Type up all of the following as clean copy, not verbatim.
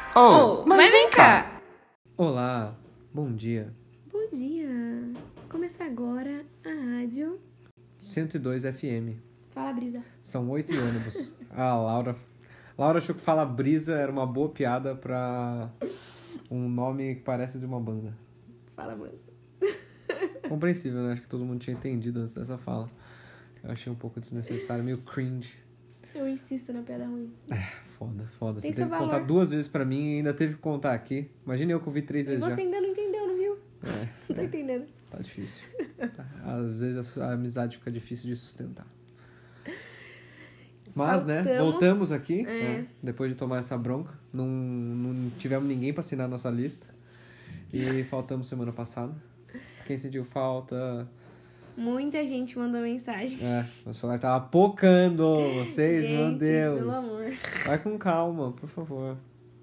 Mas vem cá! Olá, bom dia. Bom dia! Começa agora a rádio 102 FM. Fala Brisa. São 8 ônibus. Laura achou que Fala Brisa era uma boa piada pra um nome que parece de uma banda. Fala, moça. Compreensível, né? Acho que todo mundo tinha entendido antes dessa fala. Eu achei um pouco desnecessário, meio cringe. Eu insisto na piada ruim. Foda. Tem Você seu teve que contar valor. 2 vezes pra mim e ainda teve que contar aqui. Imagina eu que ouvi 3 E vezes você já. ainda não entendeu, não viu? Você não tá entendendo. Tá difícil. Às vezes a amizade fica difícil de sustentar. Mas, né, voltamos aqui, né, depois de tomar essa bronca. Não tivemos ninguém pra assinar a nossa lista. E faltamos semana passada. Quem sentiu falta... Muita gente mandou mensagem. O celular tava pocando vocês, Gente, meu Deus. pelo amor. Vai com calma, por favor.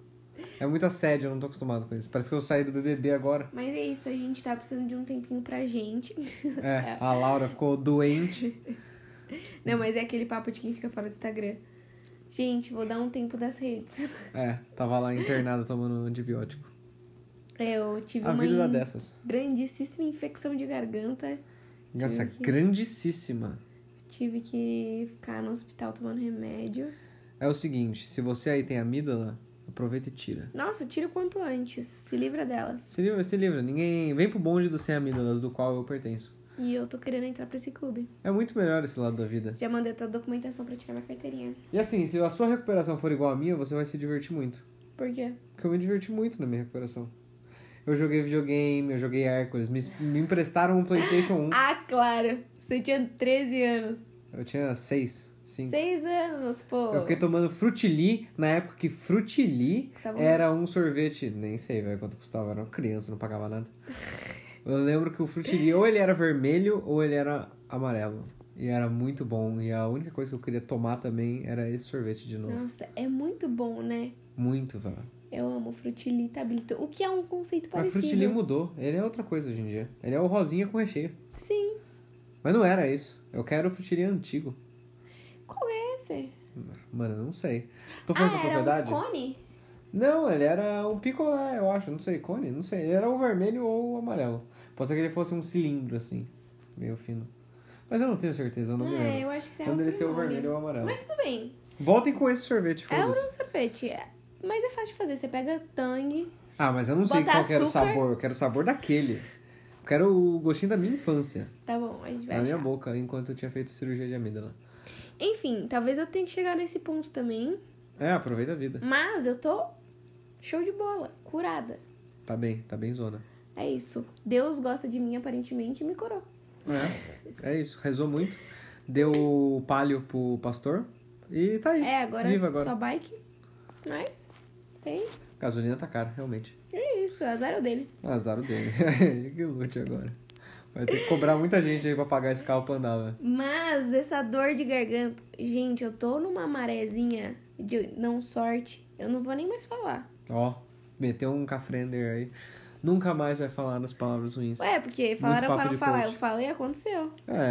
É muito assédio, eu não tô acostumado com isso. Parece que eu saí do BBB agora. Mas é isso, a gente tá precisando de um tempinho pra gente. A Laura ficou doente. Não, mas é aquele papo de quem fica fora do Instagram. Gente, vou dar um tempo das redes. Tava lá internada tomando antibiótico. Eu tive A uma vida dá dessas. grandíssima infecção de garganta. Nossa, grandíssima. Tive que ficar no hospital tomando remédio. É o seguinte, se você aí tem amígdala, aproveita e tira. Nossa, tira o quanto antes. Se livra delas. Se livra. Ninguém... Vem pro bonde dos sem amígdalas, do qual eu pertenço. E eu tô querendo entrar pra esse clube. É muito melhor esse lado da vida. Já mandei toda a documentação pra tirar minha carteirinha. E assim, se a sua recuperação for igual à minha, você vai se divertir muito. Por quê? Porque eu me diverti muito na minha recuperação. Eu joguei videogame, eu joguei Hércules. Me emprestaram um PlayStation 1. Ah, claro. Você tinha 13 anos. Eu tinha 6, 5. 6 anos, pô. Eu fiquei tomando Frutili, na época que Frutili era um sorvete... Nem sei, velho, quanto custava. Eu era uma criança, não pagava nada. Eu lembro que o Frutili ou ele era vermelho ou ele era amarelo. E era muito bom. E a única coisa que eu queria tomar também era esse sorvete de novo. Nossa, é muito bom, né? Muito, velho. Eu amo Frutili Tablito. O que é um conceito Mas parecido. Frutili mudou. Ele é outra coisa hoje em dia. Ele é o rosinha com recheio. Sim. Mas não era isso. Eu quero o Frutili antigo. Qual é esse? Mano, eu não sei. Tô falando com propriedade? Era um cone? Não, ele era um picolé, eu acho. Não sei, cone? Não sei. Ele era o vermelho ou o amarelo. Pode ser que ele fosse um cilindro, assim. Meio fino. Mas eu não tenho certeza, eu não me lembro. Eu acho que Quando ele ser o vermelho ou o amarelo. Mas tudo bem. Voltem com esse sorvete, É foda-se. um sorvete. Mas é fácil de fazer. Você pega Tang. Ah, mas eu não sei Bota qual que era o açúcar. sabor. Eu quero o sabor daquele. Eu quero o gostinho da minha infância. Tá bom, a gente vai Na minha achar. boca, enquanto eu tinha feito cirurgia de amígdala. Enfim, talvez eu tenha que chegar nesse ponto também. Aproveita a vida. Mas eu tô show de bola. Curada. Tá bem zona. É isso. Deus gosta de mim, aparentemente, e me curou. É isso. Rezou muito. Deu palio pro pastor. E tá aí. Agora Viva agora. só bike. Mas, sei. Gasolina tá cara, realmente. É isso, azar é o dele. Azar o dele. Que lute agora. Vai ter que cobrar muita gente aí pra pagar esse carro pra andar, velho. Mas essa dor de garganta... Gente, eu tô numa marezinha de não sorte. Eu não vou nem mais falar. Ó, meteu um cafrender aí. Nunca mais vai falar nas palavras ruins. Porque falaram papo pra não de falar. coach. Eu falei e aconteceu.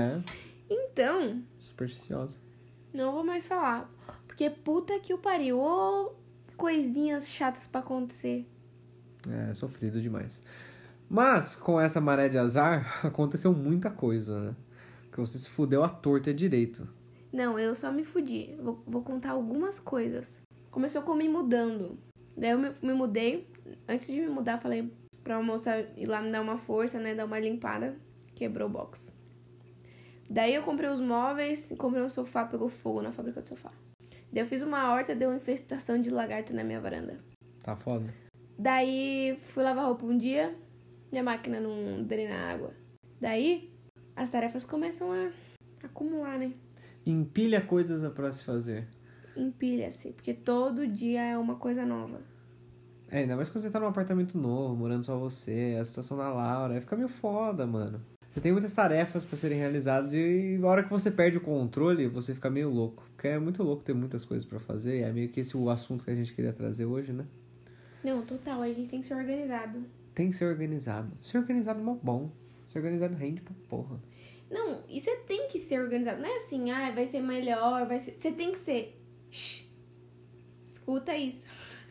Então, Supersticiosa. não vou mais falar. Porque puta que o pariu. Ô, coisinhas chatas pra acontecer. Sofrido demais. Mas, com essa maré de azar, aconteceu muita coisa, né? Porque você se fudeu à torta e à direito. Não, eu só me fudi. Vou contar algumas coisas. Começou com me mudando. Daí eu me mudei. Antes de me mudar, falei pra uma moça ir lá me dar uma força, né? Dar uma limpada. Quebrou o box. Daí eu comprei os móveis, comprei um sofá, pegou fogo na fábrica de sofá. Daí eu fiz uma horta, deu uma infestação de lagarta na minha varanda. Tá foda. Daí fui lavar roupa um dia, minha máquina não drena água. Daí as tarefas começam a acumular, né? Empilha coisas pra se fazer. Empilha-se, porque todo dia é uma coisa nova. Ainda mais quando você tá num apartamento novo, morando só você, a situação da Laura, aí fica meio foda, mano. Você tem muitas tarefas pra serem realizadas e na hora que você perde o controle, você fica meio louco. Porque é muito louco ter muitas coisas pra fazer, é meio que esse o assunto que a gente queria trazer hoje, né? Não, total, a gente tem que ser organizado. Tem que ser organizado. Ser organizado é mó bom. Ser organizado rende pra porra. Não, e você tem que ser organizado. Não é assim, vai ser melhor, vai ser... Você tem que ser... Shhh. Escuta isso.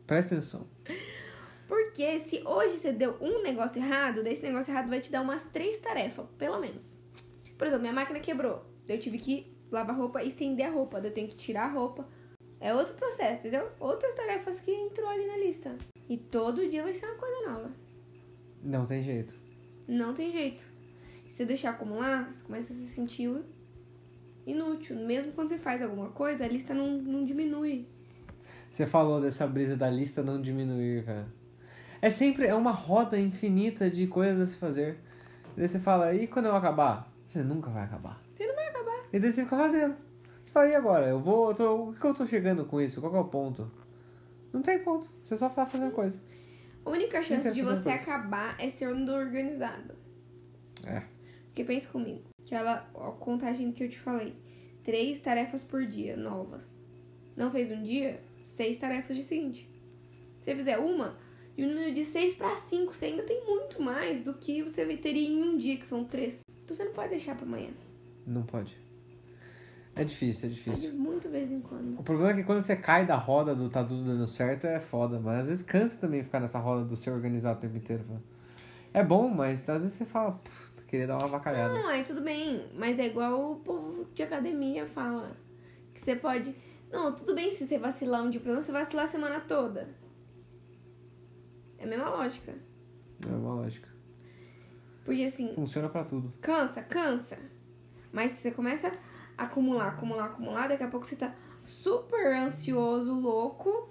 Presta atenção. Porque se hoje você deu um negócio errado, desse negócio errado vai te dar umas 3 tarefas, pelo menos. Por exemplo, minha máquina quebrou. Eu tive que lavar roupa e estender a roupa. Eu tenho que tirar a roupa. É outro processo, entendeu? Outras tarefas que entrou ali na lista. E todo dia vai ser uma coisa nova. Não tem jeito. Não tem jeito. Se você deixar acumular, você começa a se sentir inútil. Mesmo quando você faz alguma coisa, a lista não diminui. Você falou dessa brisa da lista não diminuir, velho. É uma roda infinita de coisas a se fazer. E daí você fala, e quando eu acabar? Você nunca vai acabar. Você não vai acabar. E daí você fica fazendo. Você fala, e agora? O que eu tô chegando com isso? Qual que é o ponto? Não tem ponto. Você só vai fazendo coisa. A única chance de você acabar é sendo organizado. É. Porque pensa comigo. Aquela contagem que eu te falei. 3 tarefas por dia, novas. Não fez um dia, 6 tarefas de seguinte. Se você fizer uma, diminui de 6 para 5. Você ainda tem muito mais do que você teria em um dia, que são 3. Então você não pode deixar pra amanhã. Não pode. É difícil. De muito vez em quando. O problema é que quando você cai da roda do tá tudo dando certo, é foda. Mas às vezes cansa também ficar nessa roda do ser organizado o tempo inteiro, velho. É bom, mas às vezes você fala, puta, queria dar uma avacalhada. Não, aí tudo bem. Mas é igual o povo de academia fala. Que você pode... Não, tudo bem se você vacilar um dia, por exemplo, você vacilar a semana toda. É a mesma lógica. É uma lógica. Porque assim... Funciona pra tudo. Cansa. Mas se você começa a acumular, daqui a pouco você tá super ansioso, louco.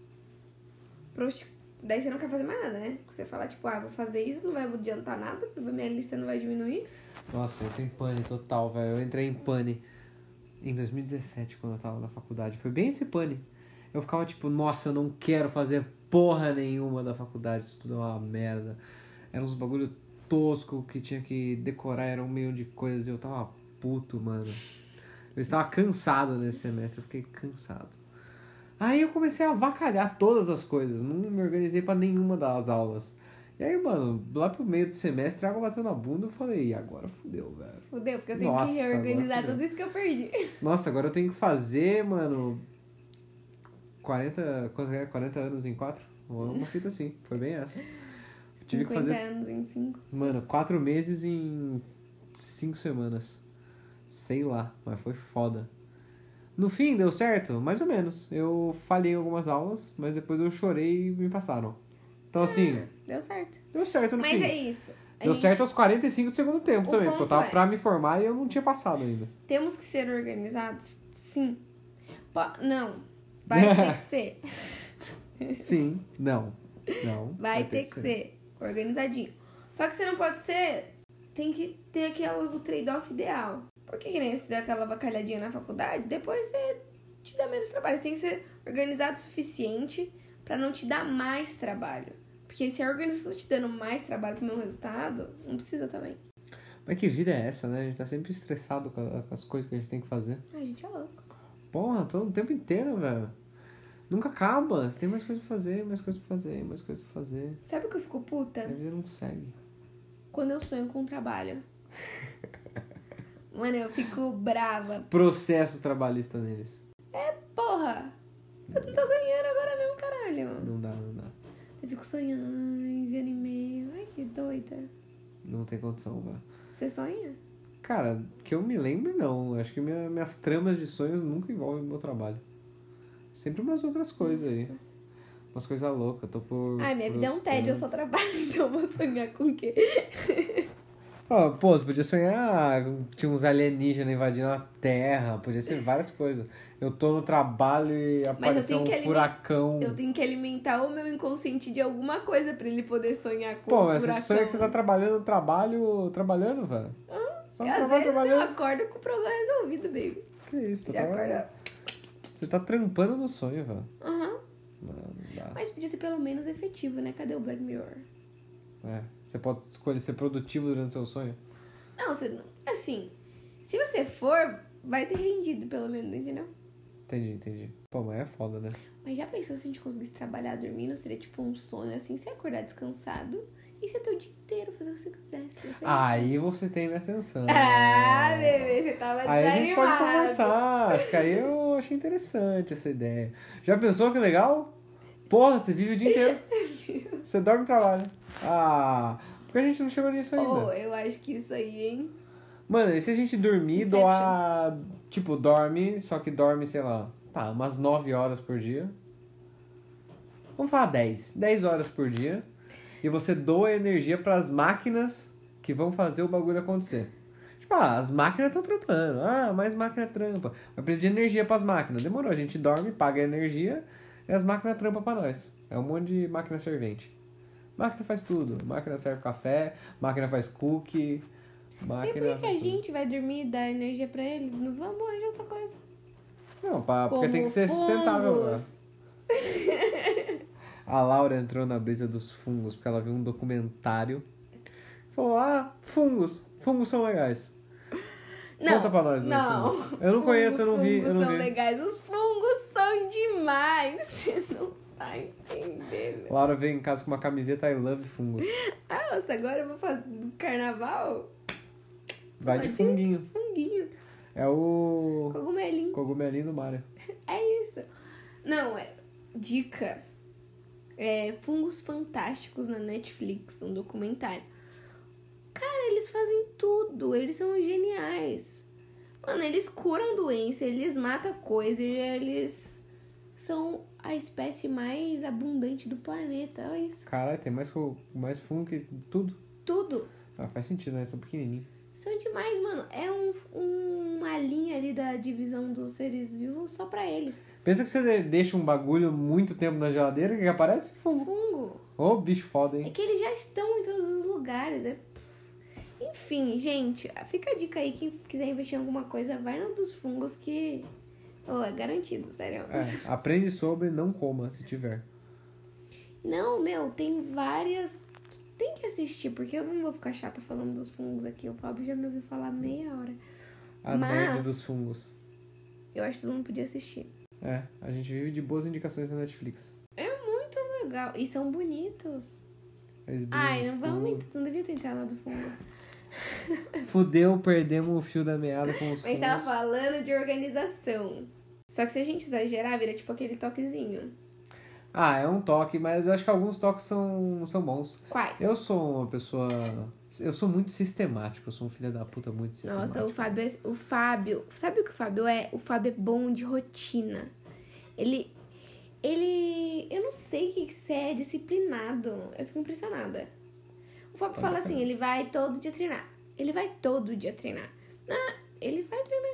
Daí você não quer fazer mais nada, né? Você fala, tipo, vou fazer isso, não vai adiantar nada, minha lista não vai diminuir. Nossa, eu tô em pane total, velho. Eu entrei em pane em 2017, quando eu tava na faculdade. Foi bem esse pane. Eu ficava tipo, nossa, eu não quero fazer porra nenhuma da faculdade, isso tudo é uma merda. Era uns bagulho tosco que tinha que decorar, era 1 milhão de coisas e eu tava puto, mano. Eu estava cansado nesse semestre, eu fiquei cansado. Aí eu comecei a avacalhar todas as coisas, não me organizei pra nenhuma das aulas. E aí, mano, lá pro meio do semestre, a água bateu na bunda, eu falei, e agora fudeu, velho. Fudeu, porque eu tenho que reorganizar tudo isso que eu perdi. Nossa, agora eu tenho que fazer, mano, 40 anos em 4? Uma fita assim, foi bem essa. Tive que fazer 50 anos em 5. Mano, 4 meses em 5 semanas. Sei lá, mas foi foda. No fim, deu certo? Mais ou menos. Eu falhei em algumas aulas, mas depois eu chorei e me passaram. Então, assim... Deu certo. Deu certo no fim. Mas é isso. Deu certo aos 45 do segundo tempo também, porque eu tava pra me formar e eu não tinha passado ainda. Temos que ser organizados? Sim. Não. Vai ter que ser. Sim. Não. Vai ter que ser organizadinho. Só que você não pode ser... Tem que ter aquele trade-off ideal. Porque que nem se der aquela avacalhadinha na faculdade, depois você te dá menos trabalho. Você tem que ser organizado o suficiente pra não te dar mais trabalho. Porque se a organização te dando mais trabalho pro meu resultado, não precisa também. Mas que vida é essa, né? A gente tá sempre estressado com as coisas que a gente tem que fazer. A gente é louco. Porra, todo o tempo inteiro, velho. Nunca acaba. Você tem mais coisa pra fazer, mais coisa pra fazer, mais coisa pra fazer. Sabe o que eu fico puta? A vida não segue. Quando eu sonho com trabalho. Mano, eu fico brava. Processo trabalhista neles. Porra! Eu não tô ganhando agora não, caralho. Não dá. Eu fico sonhando, enviando e-mail. Ai, que doida. Não tem condição, velho. Você sonha? Cara, que eu me lembro, não. Acho que minhas tramas de sonhos nunca envolvem o meu trabalho. Sempre umas outras coisas aí. Umas coisas loucas. Eu tô por... Ai, minha vida é um tédio, eu só trabalho, então eu vou sonhar com o quê? Pô, você podia sonhar, tinha uns alienígenas invadindo a Terra, podia ser várias coisas. Eu tô no trabalho e apareceu um furacão. Eu tenho que alimentar o meu inconsciente de alguma coisa pra ele poder sonhar com um furacão. Pô, mas você sonha que você tá trabalhando, velho. Às vezes eu acordo com o problema resolvido, baby. Que isso, acorda... Você tá trampando no sonho, velho. Aham. Não dá. Mas podia ser pelo menos efetivo, né? Cadê o Black Mirror? Você pode escolher ser produtivo durante o seu sonho? Não, assim, se você for, vai ter rendido pelo menos, entendeu? Entendi. Pô, mas é foda, né? Mas já pensou se a gente conseguisse trabalhar dormindo? Seria tipo um sonho, assim, você acordar descansado e você ter o dia inteiro fazer o que você quisesse. Aí você tem minha atenção. Ah, bebê, você tava desanimado. Aí a gente pode conversar. Acho que aí eu achei interessante essa ideia. Já pensou que legal? Porra, você vive o dia inteiro. Você dorme e trabalha. Ah, porque a gente não chegou nisso ainda. Oh, eu acho que isso aí, hein? Mano, e se a gente dormir, doar... Tipo, dorme, só que dorme, sei lá, tá, umas 9 horas por dia. Vamos falar 10. 10 horas por dia. E você doa energia pras máquinas que vão fazer o bagulho acontecer. Tipo, as máquinas estão trampando. Mais máquina trampa. Mas precisa de energia pras máquinas. Demorou, a gente dorme, paga a energia e as máquinas trampam pra nós. É um monte de máquina servente. Máquina faz tudo. Máquina serve café, máquina faz cookie, máquina... E por que a gente vai dormir e dar energia pra eles? Não vamos arranjar outra coisa. Não, porque tem que ser sustentável, né? A Laura entrou na brisa dos fungos, porque ela viu um documentário. Falou, fungos. Fungos são legais. Não, conta pra nós. Não. Fungos. Eu não conheço, eu não vi. Os fungos são legais. Os fungos são demais. Você não tá entendendo. Laura veio em casa com uma camiseta I love fungos. Nossa, agora eu vou fazer do carnaval. Vai de funguinho. Funguinho. É o... Cogumelinho. Cogumelinho do Mario. É isso. Não, dica. Fungos Fantásticos na Netflix, um documentário. Cara, eles fazem tudo, eles são geniais. Mano, eles curam doença, eles matam coisa, eles são a espécie mais abundante do planeta, olha isso. Caralho, tem mais fungo que tudo? Tudo. Faz sentido, né? São pequenininhos. São demais, mano. É uma linha ali da divisão dos seres vivos só pra eles. Pensa que você deixa um bagulho muito tempo na geladeira, o que aparece? Fungo. Ô, bicho foda, hein? É que eles já estão em todos os lugares. Enfim, gente, fica a dica aí. Quem quiser investir em alguma coisa, vai no dos fungos que... é garantido, sério. Aprende sobre, não coma, se tiver. Não, tem várias... Tem que assistir, porque eu não vou ficar chata falando dos fungos aqui. O Fábio já me ouviu falar meia hora. Nerd dos fungos. Eu acho que todo mundo podia assistir. A gente vive de boas indicações na Netflix. É muito legal. E são bonitos. Não devia ter entrado lá do fundo. Fudeu, perdemos o fio da meada com os fungos. A gente tava falando de organização. Só que se a gente exagerar, vira tipo aquele toquezinho. É um toque, mas eu acho que alguns toques são bons. Quais? Eu sou uma pessoa... Eu sou muito sistemático, eu sou um filho da puta muito sistemático. Nossa, o Fábio... Sabe o que o Fábio é? O Fábio é bom de rotina. Ele... Eu não sei o que você é disciplinado. Eu fico impressionada. O Fábio fala assim, ele vai todo dia treinar. Ele vai todo dia treinar. Ele vai treinar.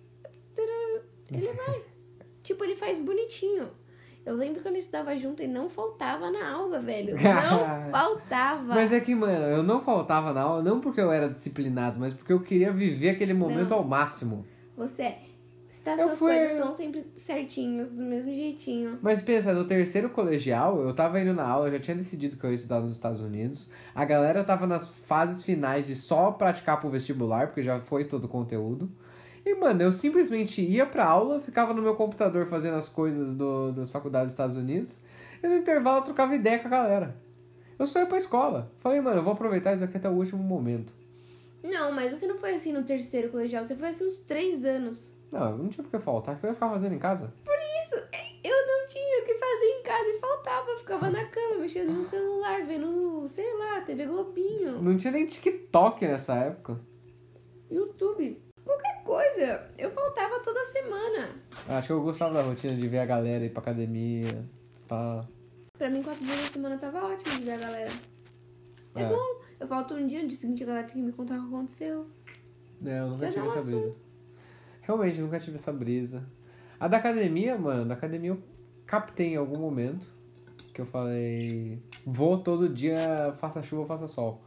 Ele vai. Tipo, ele faz bonitinho. Eu lembro quando a gente estudava junto e não faltava na aula, velho. Não faltava. Mas é que, mano, eu não faltava na aula, não porque eu era disciplinado, mas porque eu queria viver aquele momento ao máximo. Você suas coisas estão sempre certinhas, do mesmo jeitinho. Mas pensa, no terceiro colegial, eu tava indo na aula, eu já tinha decidido que eu ia estudar nos Estados Unidos. A galera tava nas fases finais de só praticar pro vestibular, porque já foi todo o conteúdo. E, mano, eu simplesmente ia pra aula, ficava no meu computador fazendo as coisas das faculdades dos Estados Unidos, e no intervalo eu trocava ideia com a galera. Eu só ia pra escola. Falei, mano, eu vou aproveitar isso aqui até o último momento. Não, mas você não foi assim no terceiro colegial, você foi assim uns 3 anos. Não, eu não tinha por que faltar, o que eu ia ficar fazendo em casa? Por isso, eu não tinha o que fazer em casa e faltava. Eu ficava na cama, mexendo no celular, vendo, sei lá, TV Globinho. Não tinha nem TikTok nessa época. YouTube. Qualquer coisa. Eu faltava toda semana. Acho que eu gostava da rotina de ver a galera ir pra academia. Pra mim, 4 dias na semana tava ótimo de ver a galera. É bom. Eu falto um dia, no dia seguinte a galera tem que me contar o que aconteceu. Eu nunca tive essa brisa. Realmente, nunca tive essa brisa. A da academia, mano, eu captei em algum momento. Que eu falei, vou todo dia, faça chuva, faça sol.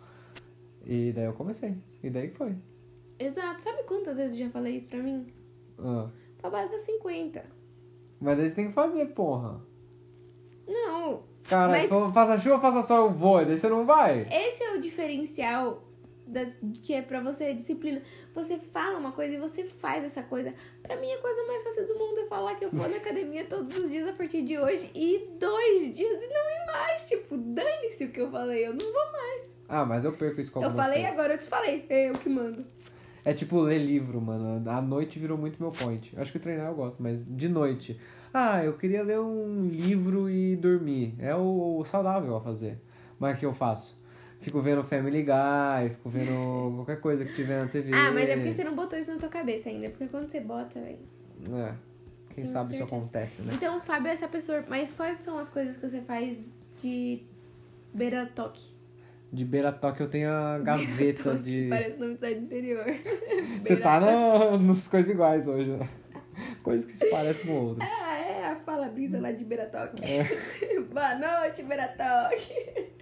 E daí eu comecei. E daí foi. Exato. Sabe quantas vezes eu já falei isso pra mim? Pra base das 50. Mas daí você tem que fazer, porra. Não. Cara, se for faça chuva, faça sol, eu vou. E daí você não vai. Esse é o diferencial que é pra você disciplina. Você fala uma coisa e você faz essa coisa. Pra mim, a coisa mais fácil do mundo é falar que eu vou na academia todos os dias a partir de hoje e 2 dias e não ir mais. Tipo, dane-se o que eu falei, eu não vou mais. Mas eu perco isso com algumas coisas. coisas. Agora eu desfalei. É eu que mando. É tipo ler livro, mano. À noite virou muito meu point. Acho que treinar eu gosto, mas de noite. Ah, eu queria ler um livro e dormir. É o saudável a fazer. Mas o que eu faço? Fico vendo Family Guy, fico vendo qualquer coisa que tiver na TV. Ah, mas é porque você não botou isso na tua cabeça ainda. Porque quando você bota, velho... É, quem sabe isso acontece, né? Então, o Fábio é essa pessoa. Mas quais são as coisas que você faz de beira-toque? De beira-toque eu tenho a gaveta de... Parece nome da cidade interior. Você tá nos coisas iguais hoje, né? Coisas que se parecem com outras. Ah, é a fala brisa lá de beira-toque. Boa noite, beira-toque.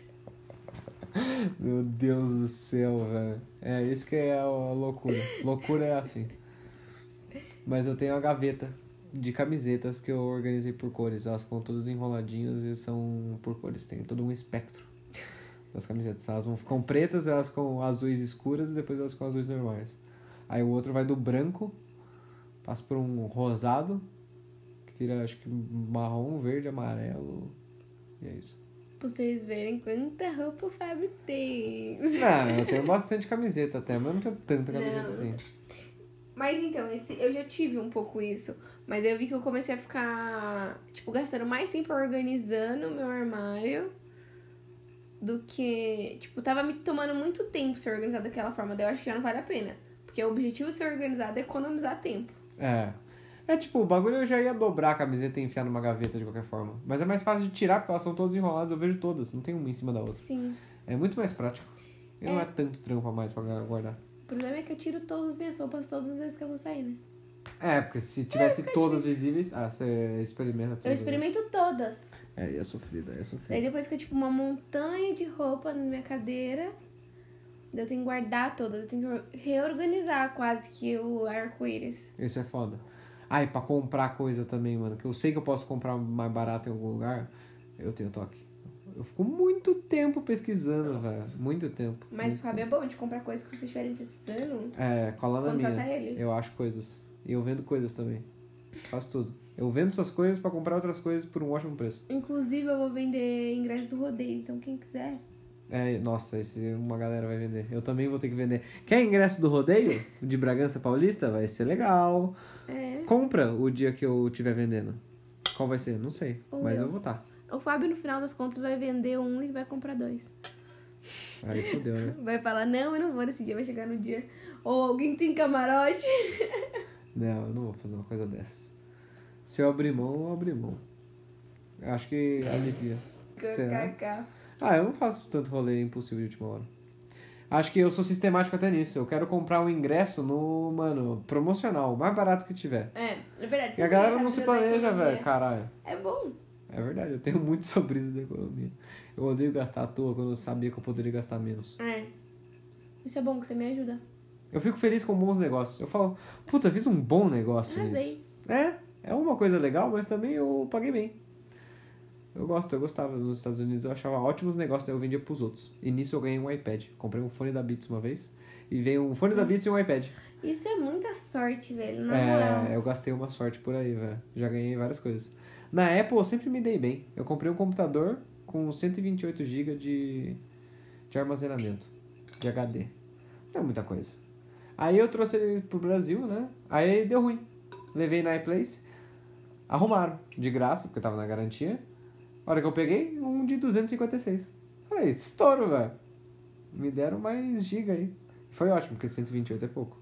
Meu Deus do céu, velho. É isso que é a loucura. Loucura é assim. Mas eu tenho a gaveta de camisetas que eu organizei por cores. Elas ficam todas enroladinhas e são por cores. Tem todo um espectro das camisetas. Elas vão ficam pretas, elas ficam azuis escuras e depois elas ficam azuis normais. Aí o outro vai do branco, passa por um rosado, que vira acho que marrom, verde, amarelo. E é isso. Pra vocês verem quanta roupa o Fábio tem. Não, eu tenho bastante camiseta até, mas não tenho tanta camiseta assim. Mas então, eu já tive um pouco isso. Mas eu vi que eu comecei a ficar, tipo, gastando mais tempo organizando o meu armário do que... Tipo, tava me tomando muito tempo ser organizado daquela forma. Daí eu acho que já não vale a pena. Porque o objetivo de ser organizado é economizar tempo. É tipo, o bagulho eu já ia dobrar a camiseta e enfiar numa gaveta de qualquer forma. Mas é mais fácil de tirar porque elas são todas enroladas, eu vejo todas, não tem uma em cima da outra. Sim. É muito mais prático. E não é tanto trampo a mais pra guardar. O problema é que eu tiro todas as minhas roupas todas as vezes que eu vou sair, né? É, porque se tivesse todas visíveis... Ah, você experimenta tudo. Eu experimento todas. É sofrida, é sofrida. Daí depois que eu, tipo, uma montanha de roupa na minha cadeira, daí eu tenho que guardar todas. Eu tenho que reorganizar quase que o arco-íris. Isso é foda. Ah, e pra comprar coisa também, mano, que eu sei que eu posso comprar mais barato em algum lugar, eu tenho toque. Eu fico muito tempo pesquisando, velho. Muito tempo. Mas o Fábio é bom de comprar coisas que vocês estiverem precisando. É, cola na minha. Contrata ele. Eu acho coisas. E eu vendo coisas também. Faço tudo. Eu vendo suas coisas pra comprar outras coisas por um ótimo preço. Inclusive, eu vou vender ingresso do rodeio. Então, quem quiser... É, nossa, esse uma galera vai vender. Eu também vou ter que vender. Quer ingresso do rodeio? De Bragança Paulista? Vai ser legal. É. Compra o dia que eu estiver vendendo. Qual vai ser? Não sei. Ou mas eu. eu vou estar. O Fábio, no final das contas, vai vender um e vai comprar 2. Aí fodeu, né? Vai falar, não, eu não vou nesse dia, vai chegar no dia. Ou alguém tem camarote. Não, eu não vou fazer uma coisa dessas. Se eu abrir mão, eu abri mão. Acho que alivia. Será? KKK. Ah, eu não faço tanto rolê impulsivo de última hora. Acho que eu sou sistemático até nisso. Eu quero comprar um ingresso no, mano, promocional, o mais barato que tiver. É verdade. E a galera não se planeja, velho, caralho. É bom. É verdade, eu tenho muito sobre isso da economia. Eu odeio gastar à toa quando eu sabia que eu poderia gastar menos. É. Isso é bom, que você me ajuda. Eu fico feliz com bons negócios. Eu falo, puta, fiz um bom negócio Arrasei. nisso. É uma coisa legal, mas também eu paguei bem. Eu gostava nos Estados Unidos, eu achava ótimos negócios, daí eu vendia pros outros. E nisso eu ganhei um iPad. Comprei um fone da Beats uma vez, e veio um fone da Beats e um iPad. Isso é muita sorte, velho, na moral. Eu gastei uma sorte por aí, velho. Já ganhei várias coisas. Na Apple eu sempre me dei bem. Eu comprei um computador com 128 GB de armazenamento, de HD. Não é muita coisa. Aí eu trouxe ele pro Brasil, né? Aí deu ruim. Levei na iPlace, arrumaram, de graça, porque tava na garantia. A hora que eu peguei, um de 256. Falei, estouro, velho. Me deram mais giga aí. Foi ótimo, porque 128 é pouco.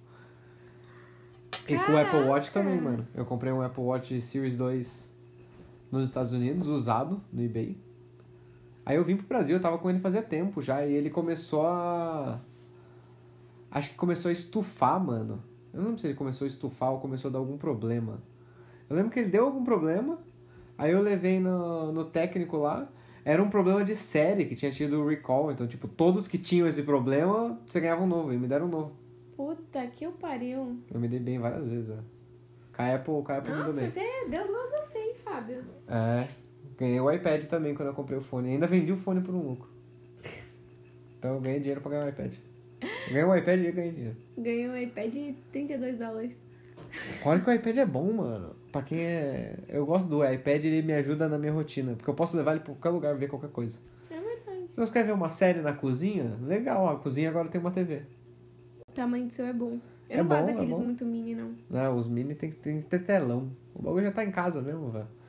E com o Apple Watch também, mano. Eu comprei um Apple Watch Series 2 nos Estados Unidos, usado, no eBay. Aí eu vim pro Brasil, eu tava com ele fazia tempo já, e ele começou a... Acho que começou a estufar, mano. Eu não lembro se ele começou a estufar ou começou a dar algum problema. Eu lembro que ele deu algum problema, aí eu levei no técnico lá. Era um problema de série, que tinha tido o recall. Então, tipo, todos que tinham esse problema, você ganhava um novo, e me deram um novo. Puta que o pariu. Eu me dei bem várias vezes, ó. Com a Apple me deu bem. Nossa, Deus gosta de você, hein, Fábio? Ganhei o iPad também quando eu comprei o fone. Ainda vendi o fone por um lucro. Então eu ganhei dinheiro pra ganhar o iPad. Ganhei o iPad e ganhei dinheiro. Ganhei um iPad de $32. Olha que o iPad é bom, mano. Pra quem é... Eu gosto do iPad, ele me ajuda na minha rotina. Porque eu posso levar ele pra qualquer lugar, ver qualquer coisa. É verdade. Se você quer ver uma série na cozinha, legal. A cozinha agora tem uma TV. O tamanho do seu é bom. Eu É não gosto bom, daqueles bom. muito mini, não. Não, os mini tem que ter telão. O bagulho já tá em casa mesmo, velho.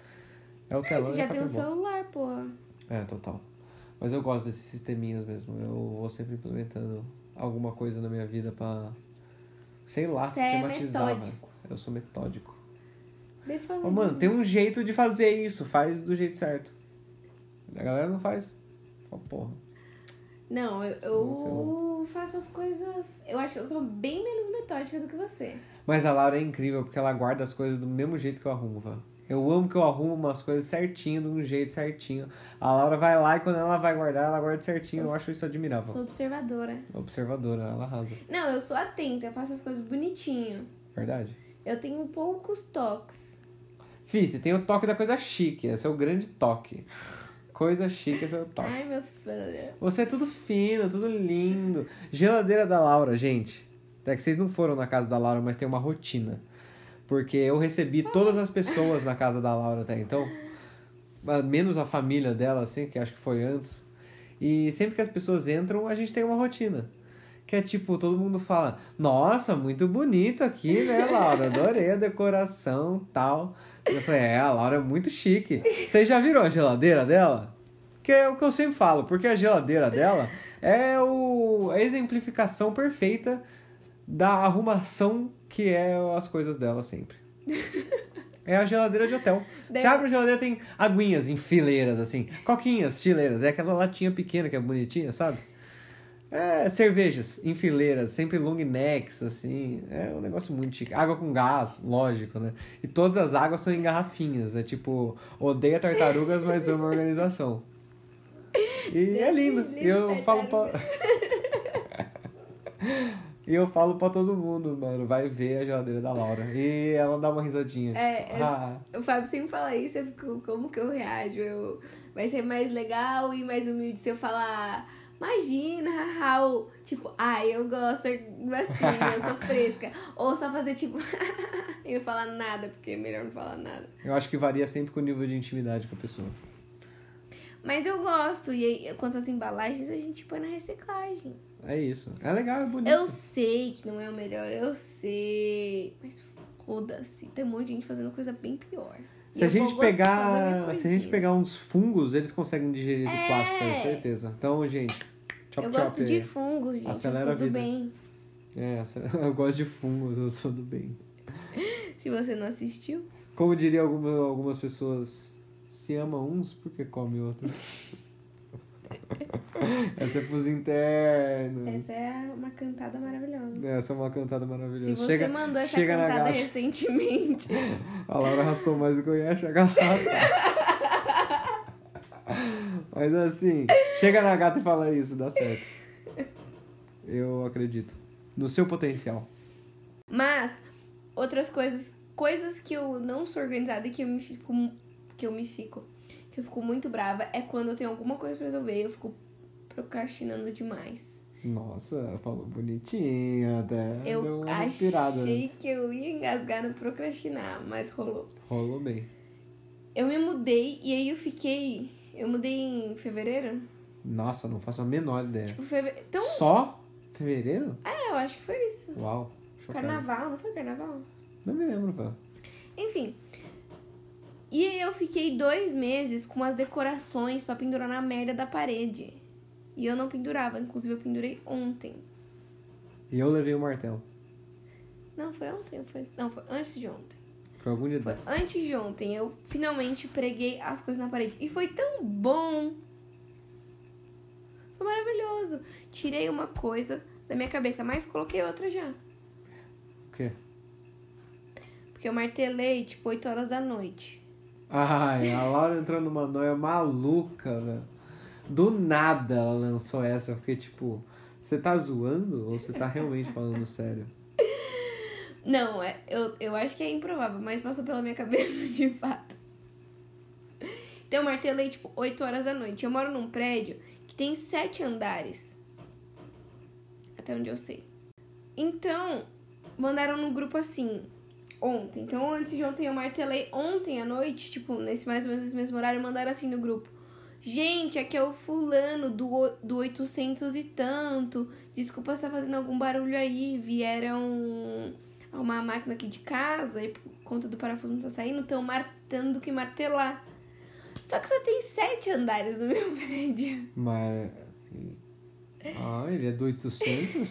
É o telão Você e a já tem um capivó. celular, porra. É, total. Mas eu gosto desses sisteminhas mesmo. Eu vou sempre implementando alguma coisa na minha vida pra, sei lá, Você é sistematizar, velho. metódico. Eu sou metódico. Deve falar Ô, de mano, tem mim. um jeito de fazer isso. Faz do jeito certo. A galera não faz. Fala, porra. Não, Você eu faço as coisas... Eu acho que eu sou bem menos metódica do que você. Mas a Laura é incrível porque ela guarda as coisas do mesmo jeito que eu arrumo, velho. Eu amo que eu arrumo umas coisas certinho, de um jeito certinho. A Laura vai lá e quando ela vai guardar, ela guarda certinho. Eu acho isso admirável. Sou observadora. Observadora, ela arrasa. Não, eu sou atenta, eu faço as coisas bonitinho. Verdade. Eu tenho poucos toques. Fih, você tem o toque da coisa chique. Esse é o grande toque. Coisa chique, esse é o toque. Ai, meu filho. Você é tudo fino, tudo lindo. Geladeira da Laura, gente. É que vocês não foram na casa da Laura, mas tem uma rotina. Porque eu recebi todas as pessoas na casa da Laura até então. Menos a família dela, assim, que acho que foi antes. E sempre que as pessoas entram, a gente tem uma rotina. Que é tipo, todo mundo fala, nossa, muito bonito aqui, né, Laura? Adorei a decoração tal. Eu falei, a Laura é muito chique. Vocês já viram a geladeira dela? Que é o que eu sempre falo, porque a geladeira dela é a exemplificação perfeita da arrumação que é as coisas dela sempre. É a geladeira de hotel. Você abre a geladeira, tem aguinhas em fileiras, assim. Coquinhas, fileiras. É aquela latinha pequena que é bonitinha, sabe? É, cervejas em fileiras, sempre long necks, assim. É um negócio muito chique. Água com gás, lógico, né? E todas as águas são em garrafinhas. É tipo, odeia tartarugas, mas ama a organização. E é lindo. E eu falo pra... E eu falo pra todo mundo, mano, vai ver a geladeira da Laura. E ela dá uma risadinha. O Fábio sempre fala isso, eu fico, como que eu reajo? Vai ser mais legal e mais humilde se eu falar, imagina, Raul, tipo, eu gosto assim, eu sou fresca. Ou só fazer tipo, e não falar nada, porque é melhor não falar nada. Eu acho que varia sempre com o nível de intimidade com a pessoa. Mas eu gosto, e aí, quanto às embalagens, a gente põe na reciclagem. É isso. É legal, é bonito. Eu sei que não é o melhor, eu sei. Mas foda-se, tem um monte de gente fazendo coisa bem pior. Se a gente pegar uns fungos, eles conseguem digerir esse plástico, tenho certeza. Então, gente, eu gosto de fungos, gente. Acelera eu sou a vida. do bem. Eu gosto de fungos, eu sou do bem. Se você não assistiu. Como diria algumas pessoas, se ama uns porque come outros. Essa é pros internos. Essa é uma cantada maravilhosa. Essa é uma cantada maravilhosa. Se você mandou essa cantada recentemente. A Laura arrastou mais do que eu ia achar que ela arrastar. Mas assim, chega na gata e fala isso, dá certo. Eu acredito. No seu potencial. Mas, outras coisas que eu não sou organizada e que eu fico muito brava é quando eu tenho alguma coisa pra resolver e eu fico procrastinando demais. Nossa, falou bonitinho até. Eu achei que eu ia engasgar no procrastinar, mas rolou. Rolou bem. Eu me mudei e aí eu mudei em fevereiro? Nossa, não faço a menor ideia. Tipo, então... Só fevereiro? Eu acho que foi isso. Uau. Chocado. Carnaval, não foi carnaval? Não me lembro, velho. Enfim. E aí eu fiquei 2 meses com as decorações pra pendurar na merda da parede. E eu não pendurava, inclusive eu pendurei ontem. E eu levei o martelo. Não, foi ontem? Não, foi antes de ontem. Foi algum dia desse. Antes de ontem, eu finalmente preguei as coisas na parede. E foi tão bom. Foi maravilhoso. Tirei uma coisa da minha cabeça, mas coloquei outra já. O quê? Porque eu martelei, tipo, 8 horas da noite. Ai, a Laura entrou numa noia maluca, velho. Do nada ela lançou essa. Eu fiquei tipo, você tá zoando ou você tá realmente falando sério? Não, eu acho que é improvável, mas passou pela minha cabeça de fato. Então eu martelei, tipo, 8 horas da noite. Eu moro num prédio que tem 7 andares. Até onde eu sei. Então, mandaram no grupo assim, ontem. Então, antes de ontem eu martelei. Ontem à noite, tipo, mais ou menos nesse mesmo horário, mandaram assim no grupo. Gente, aqui é o fulano do 800 e tanto. Desculpa se tá fazendo algum barulho aí. Vieram uma máquina aqui de casa e por conta do parafuso não tá saindo, estão tendo que martelar. Só que só tem 7 andares no meu prédio. Mas... ele é do 800?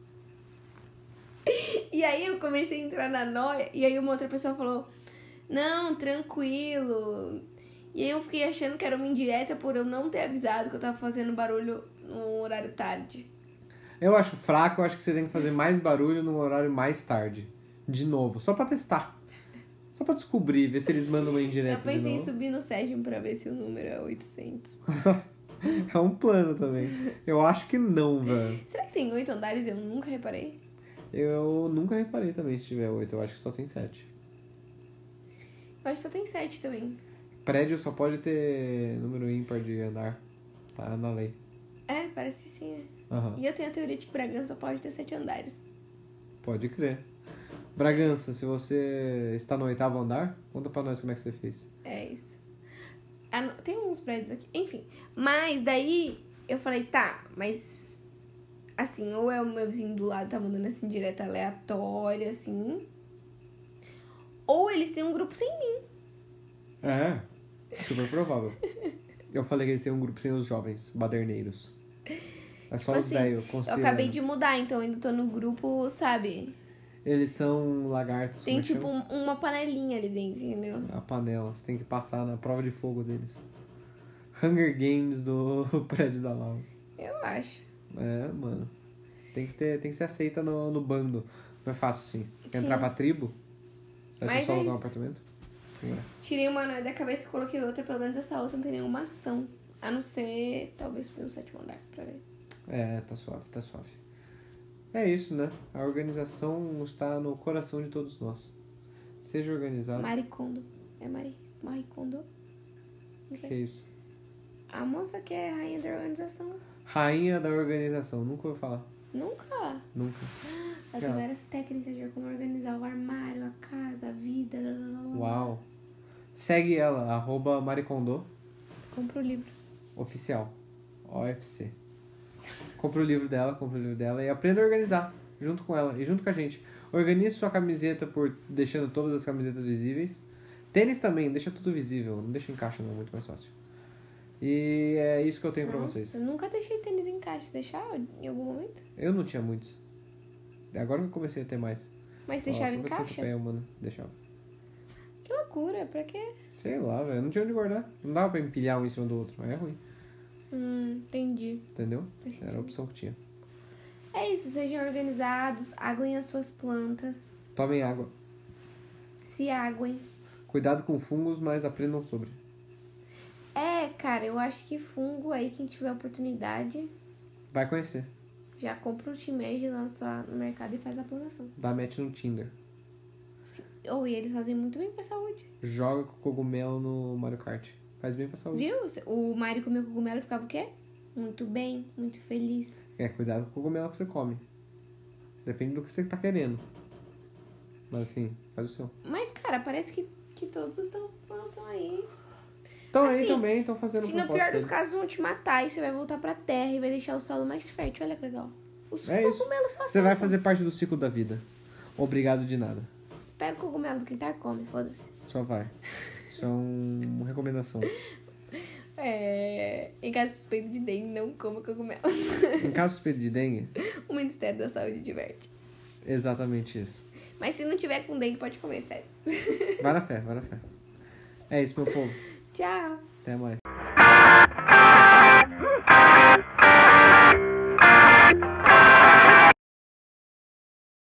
E aí eu comecei a entrar na noia. E aí uma outra pessoa falou, não, tranquilo. E aí eu fiquei achando que era uma indireta por eu não ter avisado que eu tava fazendo barulho no horário tarde. Eu acho fraco, eu acho que você tem que fazer mais barulho no horário mais tarde. De novo, só pra testar. Só pra descobrir, ver se eles mandam uma indireta de novo. Eu pensei em subir no Sérgio pra ver se o número é 800. É um plano também. Eu acho que não, velho. Será que tem 8 andares? Eu nunca reparei. Eu nunca reparei também se tiver 8. Eu acho que só tem 7. Eu acho que só tem 7 também. Prédio só pode ter número ímpar de andar. Tá na lei. É, parece que sim, né? Uhum. E eu tenho a teoria de que Bragança pode ter 7 andares. Pode crer. Bragança, se você está no 8º andar, conta pra nós como é que você fez. É isso. Tem uns prédios aqui. Enfim. Mas daí eu falei, tá, mas assim, ou é o meu vizinho do lado tá mandando assim direta aleatória, assim. Ou eles têm um grupo sem mim. É, super provável. Eu falei que eles têm um grupo sem os jovens baderneiros. É só Tipo os assim, velhos eu conspirando. acabei de mudar, então eu ainda tô no grupo, sabe? Eles são lagartos. Tem como é que tipo chama? uma panelinha ali dentro, entendeu? A panela. Você tem que passar na prova de fogo deles. Hunger Games do prédio da lava. Eu acho. É, mano. Tem que ser aceita no bando. Não é fácil assim. Quer Sim. entrar pra tribo? Você acha Mas só é alugar um isso. apartamento? Não é. Tirei uma noia da cabeça e coloquei outra, pelo menos essa outra não tem nenhuma ação. A não ser, talvez, pro 7º andar, pra ver. É, tá suave, tá suave. É isso, né? A organização está no coração de todos nós. Seja organizado. Maricondo. É Maricondo? Não Que é sei. isso? A moça que é a rainha da organização. Rainha da organização. Nunca ouvi falar. Nunca. Nunca. Ela tem várias técnicas de como organizar o armário, a casa, a vida. Uau. Segue ela, @maricondo Compra o livro. oficial. OFC. Compra o livro dela e aprenda a organizar junto com ela e junto com a gente. Organize sua camiseta por deixando todas as camisetas visíveis. Tênis também, deixa tudo visível. Não deixa em caixa não, é muito mais fácil. E é isso que eu tenho pra vocês. Eu nunca deixei tênis em caixa. Você deixava em algum momento? Eu não tinha muitos. Agora que eu comecei a ter mais. Mas deixava em Conversei com o caixa? Pé, mano. Deixava. Que loucura, pra quê? Sei lá, velho. Não tinha onde guardar. Não dava pra empilhar um em cima do outro. Mas é ruim. Entendi. Entendeu? Faz Era a sentido. opção que tinha. É isso, sejam organizados, aguem as suas plantas, Tomem água. se aguem. Cuidado com fungos, mas aprendam sobre. É, cara, eu acho que fungo aí, quem tiver oportunidade, Vai conhecer. já compra um shimeji lá no mercado e faz a plantação. Dá match no Tinder. Ou e eles fazem muito bem pra saúde. Joga com cogumelo no Mario Kart. Faz bem pra saúde. Viu? O Mário comeu cogumelo e ficava o quê? Muito bem, muito feliz. É, cuidado com o cogumelo que você come. Depende do que você tá querendo. Mas assim, faz o seu. Mas, cara, parece que todos estão aí. Então aí Assim, também estão fazendo Se no propósito pior dos deles. casos vão te matar e você vai voltar pra terra e vai deixar o solo mais fértil. Olha que legal. Os É isso. cogumelos só Você vai aceitam. fazer parte do ciclo da vida. Obrigado de nada. Pega o cogumelo do quintal e come, foda-se. Só vai. Isso é uma recomendação. Em caso de suspeita de dengue, não coma cogumelo. Em caso suspeito de dengue, O Ministério da Saúde diverte. exatamente isso. Mas se não tiver com dengue, pode comer, sério. Vai na fé, vai na fé. É isso, meu povo. Tchau. Até mais.